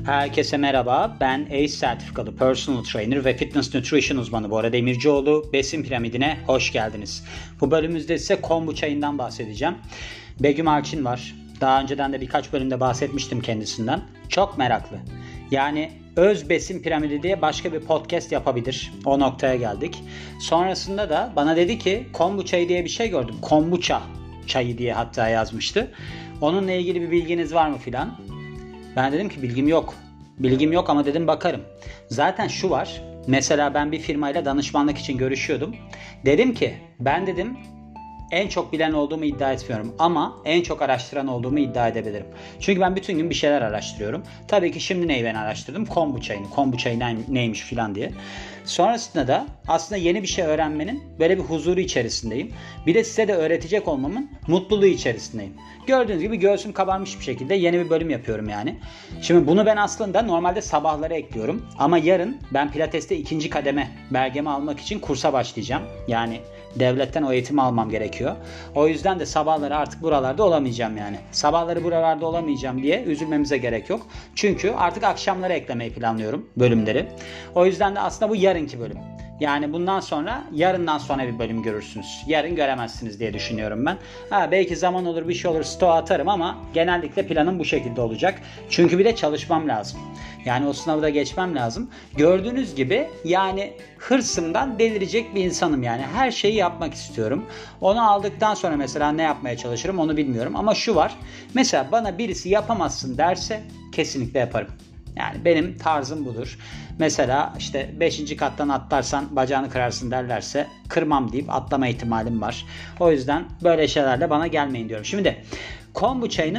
Herkese merhaba. Ben ACE sertifikalı personal trainer ve fitness nutrition uzmanı Bora Demircioğlu. Besin piramidine hoş geldiniz. Bu bölümümüzde size kombu çayından bahsedeceğim. Begüm Alçin var. Daha önceden de birkaç bölümde bahsetmiştim kendisinden. Çok meraklı. Yani öz besin piramidi diye başka bir podcast yapabilir. O noktaya geldik. Sonrasında da bana dedi ki kombu çayı diye bir şey gördüm. Kombuça çayı diye hatta yazmıştı. Onunla ilgili bir bilginiz var mı filan? Ben dedim ki bilgim yok. Bilgim yok ama dedim bakarım. Zaten şu var. Mesela ben bir firmayla danışmanlık için görüşüyordum. Dedim ki ben dedim en çok bilen olduğumu iddia etmiyorum ama en çok araştıran olduğumu iddia edebilirim. Çünkü ben bütün gün bir şeyler araştırıyorum. Tabii ki şimdi neyi ben araştırdım? Kombu çayını. Kombu çayı neymiş filan diye. Sonrasında da aslında yeni bir şey öğrenmenin böyle bir huzuru içerisindeyim. Bir de size de öğretecek olmamın mutluluğu içerisindeyim. Gördüğünüz gibi göğsüm kabarmış bir şekilde yeni bir bölüm yapıyorum yani. Şimdi bunu ben aslında normalde sabahları ekliyorum. Ama yarın ben Pilates'te 2. kademe belgemi almak için kursa başlayacağım. Yani devletten o eğitimi almam gerekiyor. O yüzden de sabahları artık buralarda olamayacağım yani. Sabahları buralarda olamayacağım diye üzülmemize gerek yok. Çünkü artık akşamları eklemeyi planlıyorum bölümleri. O yüzden de aslında bu yarınki bölüm. Yani bundan sonra yarından sonra bir bölüm görürsünüz. Yarın göremezsiniz diye düşünüyorum ben. Belki zaman olur bir şey olur stoğa atarım ama genellikle planım bu şekilde olacak. Çünkü bir de çalışmam lazım. Yani o sınavı da geçmem lazım. Gördüğünüz gibi yani hırsımdan delirecek bir insanım yani. Her şeyi yapmak istiyorum. Onu aldıktan sonra mesela ne yapmaya çalışırım onu bilmiyorum. Ama şu var. Mesela bana birisi yapamazsın derse kesinlikle yaparım. Yani benim tarzım budur. Mesela işte 5. kattan atlarsan bacağını kırarsın derlerse kırmam deyip atlama ihtimalim var. O yüzden böyle şeylerle bana gelmeyin diyorum. Şimdi kombu çayının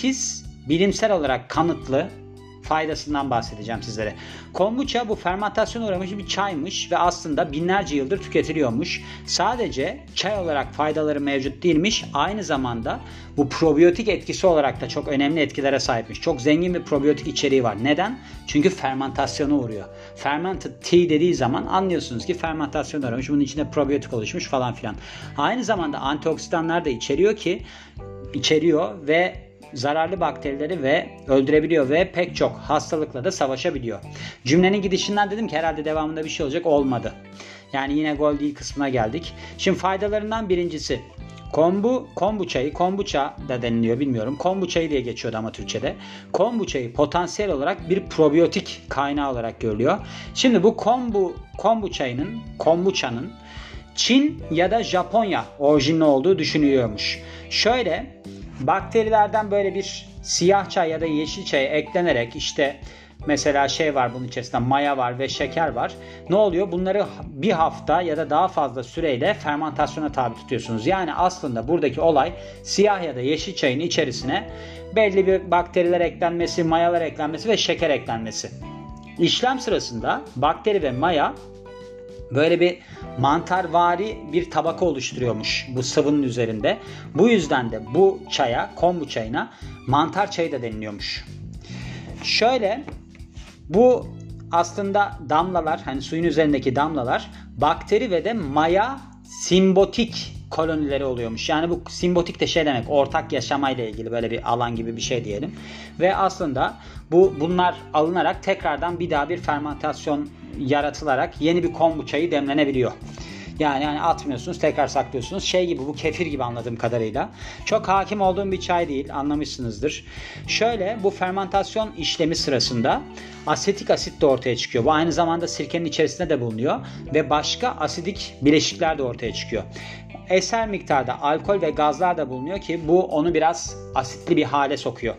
8 bilimsel olarak kanıtlı faydasından bahsedeceğim sizlere. Kombuça bu fermentasyona uğramış bir çaymış ve aslında binlerce yıldır tüketiliyormuş. Sadece çay olarak faydaları mevcut değilmiş. Aynı zamanda bu probiyotik etkisi olarak da çok önemli etkilere sahipmiş. Çok zengin bir probiyotik içeriği var. Neden? Çünkü fermentasyona uğruyor. Fermented tea dediği zaman anlıyorsunuz ki fermentasyona uğramış. Bunun içinde probiyotik oluşmuş falan filan. Aynı zamanda antioksidanlar da içeriyor ve zararlı bakterileri ve öldürebiliyor ve pek çok hastalıkla da savaşabiliyor. Cümlenin gidişinden dedim ki herhalde devamında bir şey olacak, olmadı. Yani yine gol değil kısmına geldik. Şimdi faydalarından birincisi kombu çayı, kombuça da deniliyor bilmiyorum. Kombu çayı diye geçiyordu ama Türkçe'de. Kombu çayı potansiyel olarak bir probiyotik kaynağı olarak görülüyor. Şimdi bu kombuçanın Çin ya da Japonya orijinli olduğu düşünülüyormuş. Şöyle bakterilerden böyle bir siyah çay ya da yeşil çay eklenerek işte mesela şey var bunun içerisinde maya var ve şeker var. Ne oluyor? Bunları bir hafta ya da daha fazla süreyle fermentasyona tabi tutuyorsunuz. Yani aslında buradaki olay siyah ya da yeşil çayın içerisine belli bir bakteriler eklenmesi, mayalar eklenmesi ve şeker eklenmesi. İşlem sırasında bakteri ve maya böyle bir mantarvari bir tabaka oluşturuyormuş bu sıvının üzerinde. Bu yüzden de bu çaya, kombu çayına mantar çayı da deniliyormuş. Şöyle bu aslında damlalar, hani suyun üzerindeki damlalar bakteri ve de maya simbotik kolonileri oluyormuş. Yani bu simbotik de şey demek, ortak yaşamayla ilgili böyle bir alan gibi bir şey diyelim. Ve aslında bunlar alınarak tekrardan bir daha bir fermentasyon yaratılarak yeni bir kombu çayı demlenebiliyor. Yani atmıyorsunuz, tekrar saklıyorsunuz. Şey gibi, bu kefir gibi anladığım kadarıyla. Çok hakim olduğum bir çay değil, anlamışsınızdır. Şöyle bu fermentasyon işlemi sırasında asetik asit de ortaya çıkıyor. Bu aynı zamanda sirkenin içerisinde de bulunuyor ve başka asidik bileşikler de ortaya çıkıyor. Eser miktarda alkol ve gazlar da bulunuyor ki bu onu biraz asitli bir hale sokuyor.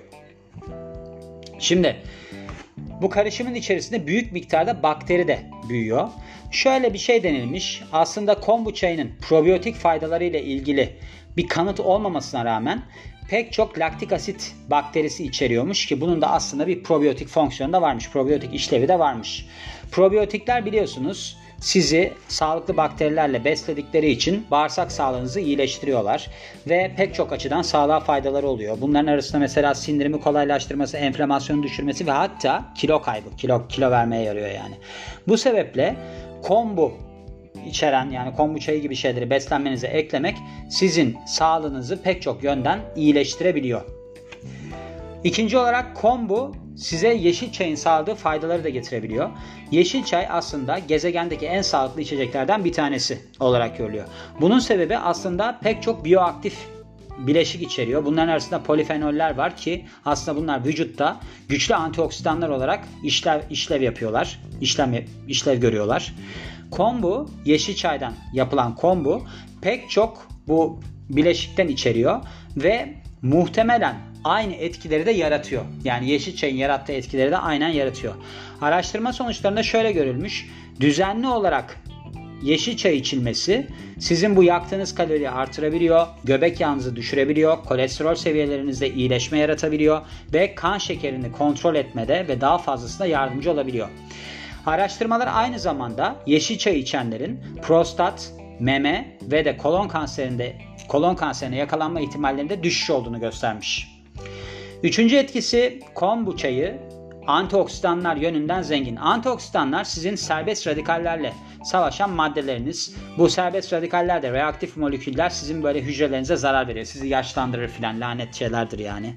Şimdi bu karışımın içerisinde büyük miktarda bakteri de büyüyor. Şöyle bir şey denilmiş. Aslında kombu çayının probiyotik faydaları ile ilgili bir kanıt olmamasına rağmen pek çok laktik asit bakterisi içeriyormuş ki bunun da aslında bir probiyotik fonksiyonu da varmış. Probiyotik işlevi de varmış. Probiyotikler biliyorsunuz sizi sağlıklı bakterilerle besledikleri için bağırsak sağlığınızı iyileştiriyorlar ve pek çok açıdan sağlığa faydaları oluyor. Bunların arasında mesela sindirimi kolaylaştırması, enflamasyonu düşürmesi ve hatta kilo kaybı, kilo vermeye yarıyor yani. Bu sebeple kombu içeren, yani kombu çayı gibi şeyleri beslenmenize eklemek sizin sağlığınızı pek çok yönden iyileştirebiliyor. İkinci olarak kombu size yeşil çayın sağladığı faydaları da getirebiliyor. Yeşil çay aslında gezegendeki en sağlıklı içeceklerden bir tanesi olarak görülüyor. Bunun sebebi aslında pek çok biyoaktif bileşik içeriyor. Bunların arasında polifenoller var ki aslında bunlar vücutta güçlü antioksidanlar olarak işlev yapıyorlar. İşlev görüyorlar. Kombu, yeşil çaydan yapılan kombu pek çok bu bileşikten içeriyor ve muhtemelen aynı etkileri de yaratıyor. Yani yeşil çayın yarattığı etkileri de aynen yaratıyor. Araştırma sonuçlarında şöyle görülmüş. Düzenli olarak yeşil çay içilmesi sizin bu yaktığınız kaloriyi artırabiliyor, göbek yağınızı düşürebiliyor, kolesterol seviyelerinizde iyileşme yaratabiliyor ve kan şekerini kontrol etmede ve daha fazlasına yardımcı olabiliyor. Araştırmalar aynı zamanda yeşil çay içenlerin prostat, meme ve de kolon kanserine yakalanma ihtimallerinde düşüş olduğunu göstermiş. Üçüncü etkisi, kombu çayı antioksidanlar yönünden zengin. Antioksidanlar sizin serbest radikallerle savaşan maddeleriniz. Bu serbest radikaller de reaktif moleküller, sizin böyle hücrelerinize zarar veriyor. Sizi yaşlandırır filan, lanet şeylerdir yani.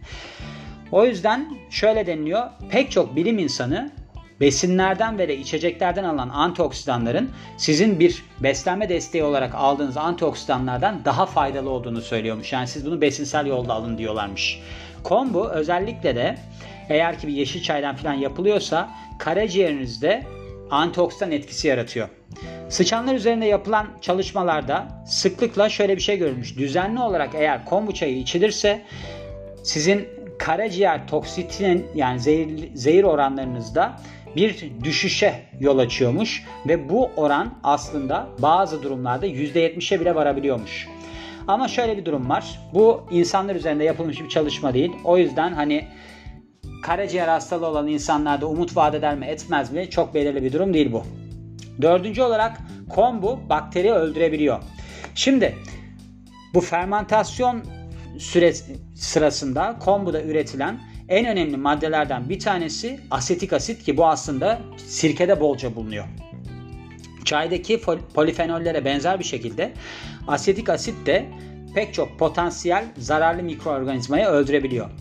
O yüzden şöyle deniliyor. Pek çok bilim insanı besinlerden ve de içeceklerden alınan antioksidanların sizin bir beslenme desteği olarak aldığınız antioksidanlardan daha faydalı olduğunu söylüyormuş. Yani siz bunu besinsel yolda alın diyorlarmış. Kombu özellikle de eğer ki bir yeşil çaydan falan yapılıyorsa karaciğerinizde antioksidan etkisi yaratıyor. Sıçanlar üzerinde yapılan çalışmalarda sıklıkla şöyle bir şey görülmüş. Düzenli olarak eğer kombu çayı içilirse sizin karaciğer toksitinin yani zehir oranlarınızda bir düşüşe yol açıyormuş ve bu oran aslında bazı durumlarda %70'e bile varabiliyormuş. Ama şöyle bir durum var. Bu insanlar üzerinde yapılmış bir çalışma değil. O yüzden hani karaciğer hastalığı olan insanlarda umut vaat eder mi etmez mi çok belirli bir durum değil bu. Dördüncü olarak kombu bakteri öldürebiliyor. Şimdi bu fermentasyon sırasında kombuda üretilen en önemli maddelerden bir tanesi asetik asit ki bu aslında sirkede bolca bulunuyor. Çaydaki polifenollere benzer bir şekilde asetik asit de pek çok potansiyel zararlı mikroorganizmayı öldürebiliyor.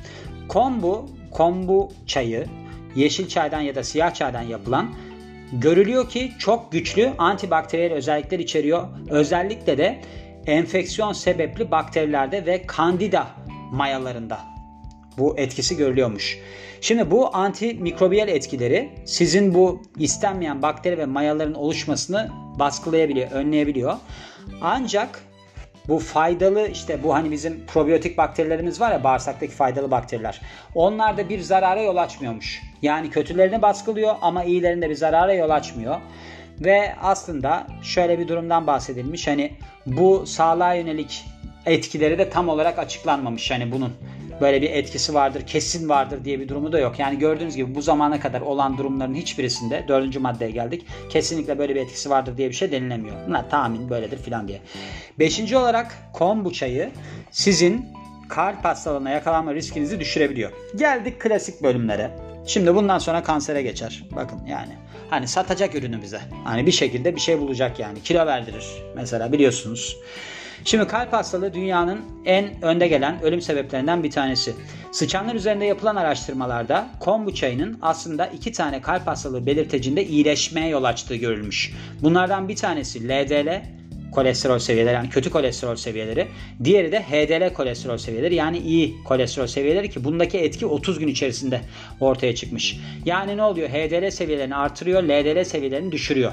Kombu çayı yeşil çaydan ya da siyah çaydan yapılan görülüyor ki çok güçlü antibakteriyel özellikler içeriyor. Özellikle de enfeksiyon sebepli bakterilerde ve kandida mayalarında bu etkisi görülüyormuş. Şimdi bu antimikrobiyal etkileri sizin bu istenmeyen bakteri ve mayaların oluşmasını baskılayabiliyor, önleyebiliyor. Ancak bu faydalı bu hani bizim probiyotik bakterilerimiz var ya, bağırsaktaki faydalı bakteriler. Onlar da bir zarara yol açmıyormuş. Yani kötülerini baskılıyor ama iyilerinde bir zarara yol açmıyor. Ve aslında şöyle bir durumdan bahsedilmiş. Hani bu sağlığa yönelik etkileri de tam olarak açıklanmamış. Hani bunun böyle bir etkisi vardır, kesin vardır diye bir durumu da yok. Yani gördüğünüz gibi bu zamana kadar olan durumların hiçbirisinde, 4. maddeye geldik, kesinlikle böyle bir etkisi vardır diye bir şey denilemiyor. Bunlar tahmin böyledir filan diye. 5. olarak kombu çayı sizin kalp hastalığına yakalanma riskinizi düşürebiliyor. Geldik klasik bölümlere. Şimdi bundan sonra kansere geçer. Bakın yani. Hani satacak ürünü bize. Hani bir şekilde bir şey bulacak yani. Kilo verdirir. Mesela biliyorsunuz. Şimdi kalp hastalığı dünyanın en önde gelen ölüm sebeplerinden bir tanesi. Sıçanlar üzerinde yapılan araştırmalarda kombu çayının aslında 2 tane kalp hastalığı belirtecinde iyileşmeye yol açtığı görülmüş. Bunlardan bir tanesi LDL kolesterol seviyeleri, yani kötü kolesterol seviyeleri. Diğeri de HDL kolesterol seviyeleri, yani iyi kolesterol seviyeleri ki bundaki etki 30 gün içerisinde ortaya çıkmış. Yani ne oluyor? HDL seviyelerini artırıyor, LDL seviyelerini düşürüyor.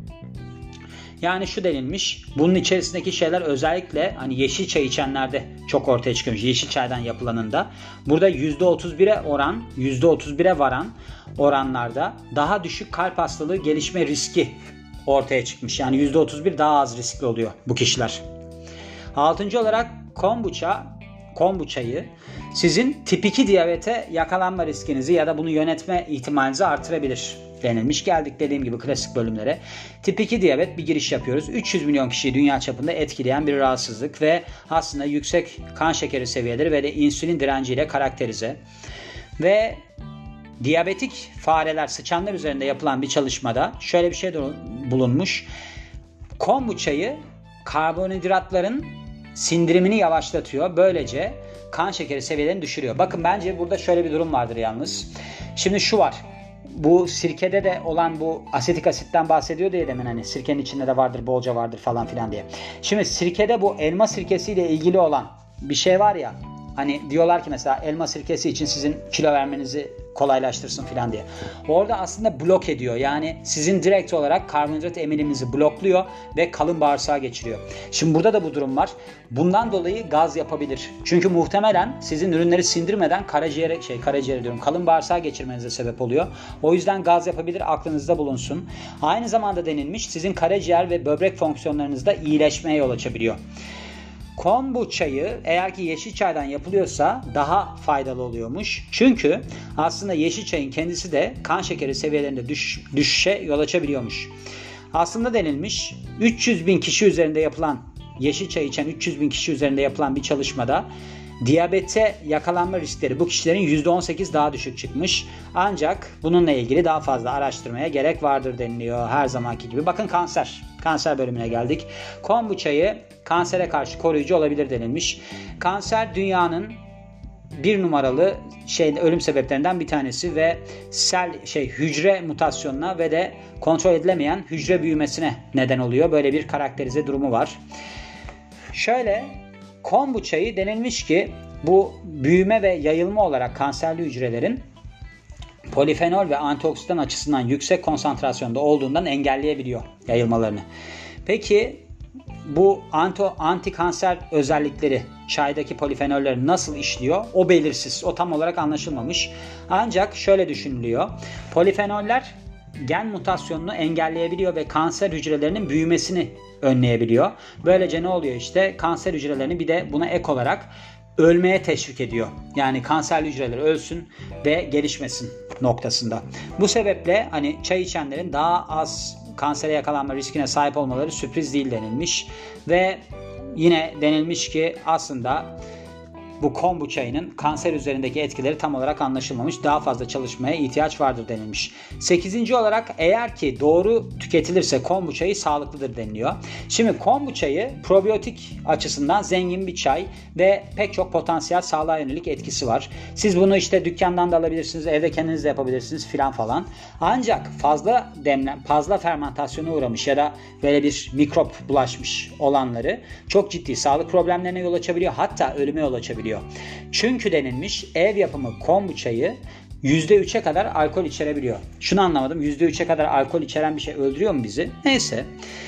Yani şu denilmiş, bunun içerisindeki şeyler özellikle hani yeşil çay içenlerde çok ortaya çıkıyormuş. Yeşil çaydan yapılanında. Burada %31'e varan oranlarda daha düşük kalp hastalığı gelişme riski ortaya çıkmış. Yani %31 daha az riskli oluyor bu kişiler. 6. olarak kombu çayı sizin tip 2 diyabete yakalanma riskinizi ya da bunu yönetme ihtimalinizi artırabilir denilmiş. Geldik dediğim gibi klasik bölümlere. Tip 2 diyabet, bir giriş yapıyoruz. 300 milyon kişiyi dünya çapında etkileyen bir rahatsızlık ve aslında yüksek kan şekeri seviyeleri ve de insülin direnciyle karakterize. Ve diyabetik fareler, sıçanlar üzerinde yapılan bir çalışmada şöyle bir şey bulunmuş. Kombu çayı karbonhidratların sindirimini yavaşlatıyor. Böylece kan şekeri seviyelerini düşürüyor. Bakın bence burada şöyle bir durum vardır yalnız. Şimdi şu var. Bu sirkede de olan bu asetik asitten bahsediyor diye demin, hani sirkenin içinde de vardır, bolca vardır falan filan diye. Şimdi sirkede bu elma sirkesiyle ilgili olan bir şey var ya. Hani diyorlar ki mesela elma sirkesi için sizin kilo vermenizi kolaylaştırsın filan diye. Orada aslında blok ediyor. Yani sizin direkt olarak karbonhidrat eminimizi blokluyor ve kalın bağırsağa geçiriyor. Şimdi burada da bu durum var. Bundan dolayı gaz yapabilir. Çünkü muhtemelen sizin ürünleri sindirmeden karaciğere diyorum, kalın bağırsağa geçirmenize sebep oluyor. O yüzden gaz yapabilir, aklınızda bulunsun. Aynı zamanda denilmiş, sizin karaciğer ve böbrek fonksiyonlarınızda iyileşmeye yol açabiliyor. Kombu çayı eğer ki yeşil çaydan yapılıyorsa daha faydalı oluyormuş. Çünkü aslında yeşil çayın kendisi de kan şekeri seviyelerinde düşüşe yol açabiliyormuş. Aslında denilmiş 300 bin kişi üzerinde yapılan, yeşil çay içen 300 bin kişi üzerinde yapılan bir çalışmada diyabete yakalanma riskleri bu kişilerin %18 daha düşük çıkmış. Ancak bununla ilgili daha fazla araştırmaya gerek vardır deniliyor her zamanki gibi. Bakın kanser bölümüne geldik. Kombu çayı kansere karşı koruyucu olabilir denilmiş. Kanser dünyanın bir numaralı ölüm sebeplerinden bir tanesi ve hücre mutasyonuna ve de kontrol edilemeyen hücre büyümesine neden oluyor. Böyle bir karakterize durumu var. Şöyle, kombu çayı denilmiş ki bu büyüme ve yayılma olarak kanserli hücrelerin polifenol ve antioksidan açısından yüksek konsantrasyonda olduğundan engelleyebiliyor yayılmalarını. Peki bu anti-kanser özellikleri çaydaki polifenoller nasıl işliyor? O belirsiz. O tam olarak anlaşılmamış. Ancak şöyle düşünülüyor. Polifenoller gen mutasyonunu engelleyebiliyor ve kanser hücrelerinin büyümesini önleyebiliyor. Böylece ne oluyor işte? Kanser hücrelerini bir de buna ek olarak ölmeye teşvik ediyor. Yani kanserli hücreler ölsün ve gelişmesin noktasında. Bu sebeple hani çay içenlerin daha az kansere yakalanma riskine sahip olmaları sürpriz değil denilmiş. Ve yine denilmiş ki aslında bu kombu çayının kanser üzerindeki etkileri tam olarak anlaşılmamış. Daha fazla çalışmaya ihtiyaç vardır denilmiş. 8. olarak eğer ki doğru tüketilirse kombu çayı sağlıklıdır deniliyor. Şimdi kombu çayı probiyotik açısından zengin bir çay ve pek çok potansiyel sağlığa yönelik etkisi var. Siz bunu işte dükkandan da alabilirsiniz, evde kendiniz de yapabilirsiniz filan. Ancak fazla fermentasyona uğramış ya da böyle bir mikrop bulaşmış olanları çok ciddi sağlık problemlerine yol açabiliyor. Hatta ölüme yol açabiliyor. Çünkü denilmiş ev yapımı kombu çayı %3'e kadar alkol içerebiliyor. Şunu anlamadım. %3'e kadar alkol içeren bir şey öldürüyor mu bizi? Neyse.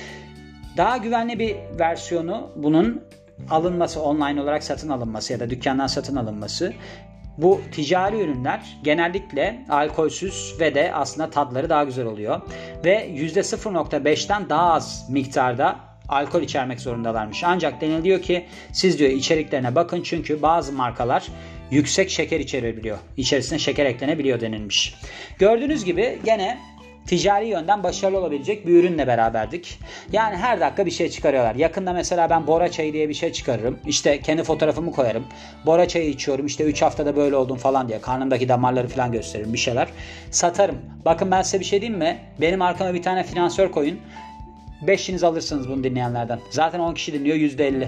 Daha güvenli bir versiyonu bunun alınması, online olarak satın alınması ya da dükkandan satın alınması. Bu ticari ürünler genellikle alkolsüz ve de aslında tadları daha güzel oluyor. Ve %0.5'ten daha az miktarda alkol içermek zorundalarmış. Ancak deniliyor ki siz diyor içeriklerine bakın çünkü bazı markalar yüksek şeker içerebiliyor. İçerisine şeker eklenebiliyor denilmiş. Gördüğünüz gibi gene ticari yönden başarılı olabilecek bir ürünle beraberdik. Yani her dakika bir şey çıkarıyorlar. Yakında mesela ben Bora çayı diye bir şey çıkarırım. İşte kendi fotoğrafımı koyarım. Bora çayı içiyorum. İşte 3 haftada böyle oldum falan diye. Karnımdaki damarları falan gösteririm. Bir şeyler. Satarım. Bakın ben size bir şey diyeyim mi? Benim arkama bir tane finansör koyun. 5'iniz alırsınız bunu dinleyenlerden. Zaten 10 kişi dinliyor, %50.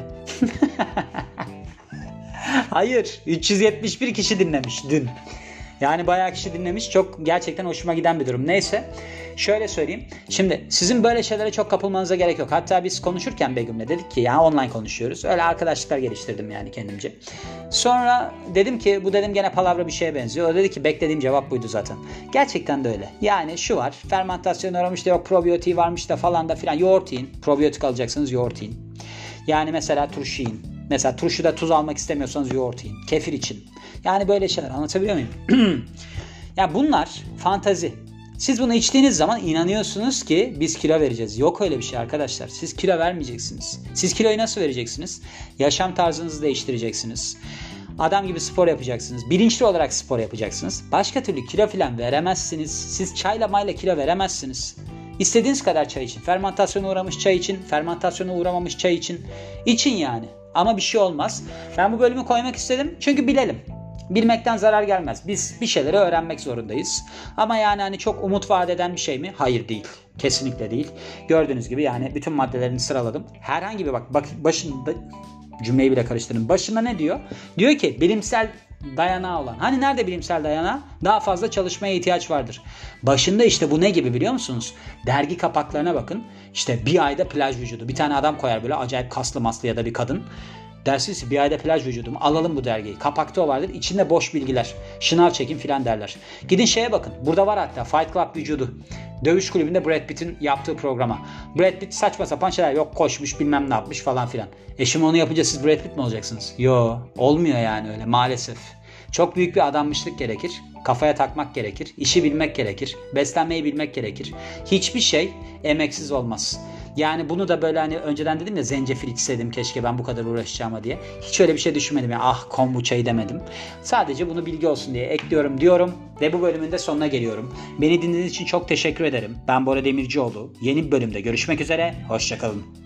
Hayır. 371 kişi dinlemiş dün. Yani bayağı kişi dinlemiş. Çok gerçekten hoşuma giden bir durum. Neyse. Şöyle söyleyeyim. Şimdi sizin böyle şeylere çok kapılmanıza gerek yok. Hatta biz konuşurken Begüm'le dedik ki ya online konuşuyoruz. Öyle arkadaşlıklar geliştirdim yani kendimce. Sonra dedim ki bu dedim gene palavra bir şeye benziyor. O dedi ki beklediğim cevap buydu zaten. Gerçekten de öyle. Yani şu var. Fermentasyon uğramış da yok probiyotiği varmış da falan da filan. Yoğurt yiyin. Probiyotik alacaksınız yoğurt yiyin. Yani mesela turşu yiyin. Mesela turşuda tuz almak istemiyorsanız yoğurt yiyin. Kefir için. Yani böyle şeyler anlatabiliyor muyum? Ya bunlar fantazi. Siz bunu içtiğiniz zaman inanıyorsunuz ki biz kilo vereceğiz. Yok öyle bir şey arkadaşlar. Siz kilo vermeyeceksiniz. Siz kiloyu nasıl vereceksiniz? Yaşam tarzınızı değiştireceksiniz. Adam gibi spor yapacaksınız. Bilinçli olarak spor yapacaksınız. Başka türlü kilo falan veremezsiniz. Siz çayla mayla kilo veremezsiniz. İstediğiniz kadar çay için. Fermentasyona uğramış çay için. Fermentasyona uğramamış çay için. İçin yani. Ama bir şey olmaz. Ben bu bölümü koymak istedim. Çünkü bilelim. Bilmekten zarar gelmez. Biz bir şeyleri öğrenmek zorundayız. Ama yani hani çok umut vaat eden bir şey mi? Hayır değil. Kesinlikle değil. Gördüğünüz gibi yani bütün maddelerini sıraladım. Herhangi bir başında Cümleyi bile karıştırdım. Başında ne diyor? Diyor ki bilimsel dayanağı olan. Hani nerede bilimsel dayanağı? Daha fazla çalışmaya ihtiyaç vardır. Başında işte bu ne gibi biliyor musunuz? Dergi kapaklarına bakın. İşte bir ayda plaj vücudu. Bir tane adam koyar böyle acayip kaslı maslı ya da bir kadın. Dersiniz ki bir ayda plaj vücudumu alalım bu dergiyi. Kapakta o vardır. İçinde boş bilgiler. Şınav çekin filan derler. Gidin şeye bakın. Burada var hatta Fight Club vücudu. Dövüş kulübünde Brad Pitt'in yaptığı programa. Brad Pitt saçma sapan şeyler yok. Koşmuş bilmem ne yapmış falan filan. Şimdi onu yapınca siz Brad Pitt mi olacaksınız? Yo, olmuyor yani öyle maalesef. Çok büyük bir adanmışlık gerekir. Kafaya takmak gerekir. İşi bilmek gerekir. Beslenmeyi bilmek gerekir. Hiçbir şey emeksiz olmaz. Yani bunu da böyle hani önceden dedim ya zencefil içseydim keşke ben bu kadar uğraşacağıma diye. Hiç öyle bir şey düşünmedim ya. Ah kombuçayı demedim. Sadece bunu bilgi olsun diye ekliyorum diyorum ve bu bölümün de sonuna geliyorum. Beni dinlediğiniz için çok teşekkür ederim. Ben Bora Demircioğlu. Yeni bir bölümde görüşmek üzere. Hoşça kalın.